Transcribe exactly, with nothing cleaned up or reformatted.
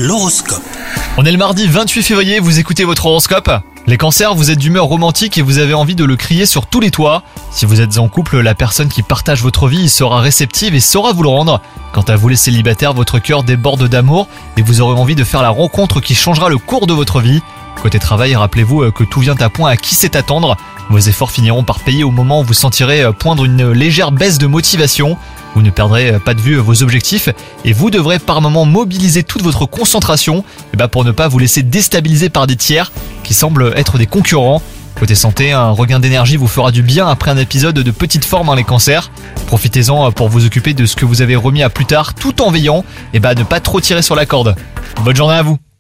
L'horoscope. On est le mardi vingt-huit février, vous écoutez votre horoscope. Les cancers, vous êtes d'humeur romantique et vous avez envie de le crier sur tous les toits. Si vous êtes en couple, la personne qui partage votre vie sera réceptive et saura vous le rendre. Quant à vous les célibataires, votre cœur déborde d'amour et vous aurez envie de faire la rencontre qui changera le cours de votre vie. Côté travail, rappelez-vous que tout vient à point à qui sait attendre. Vos efforts finiront par payer au moment où vous sentirez poindre une légère baisse de motivation. Vous ne perdrez pas de vue vos objectifs et vous devrez par moments mobiliser toute votre concentration et bah pour ne pas vous laisser déstabiliser par des tiers qui semblent être des concurrents. Côté santé, un regain d'énergie vous fera du bien après un épisode de petite forme hein, les cancers. Profitez-en pour vous occuper de ce que vous avez remis à plus tard tout en veillant et bah ne pas trop tirer sur la corde. Bonne journée à vous.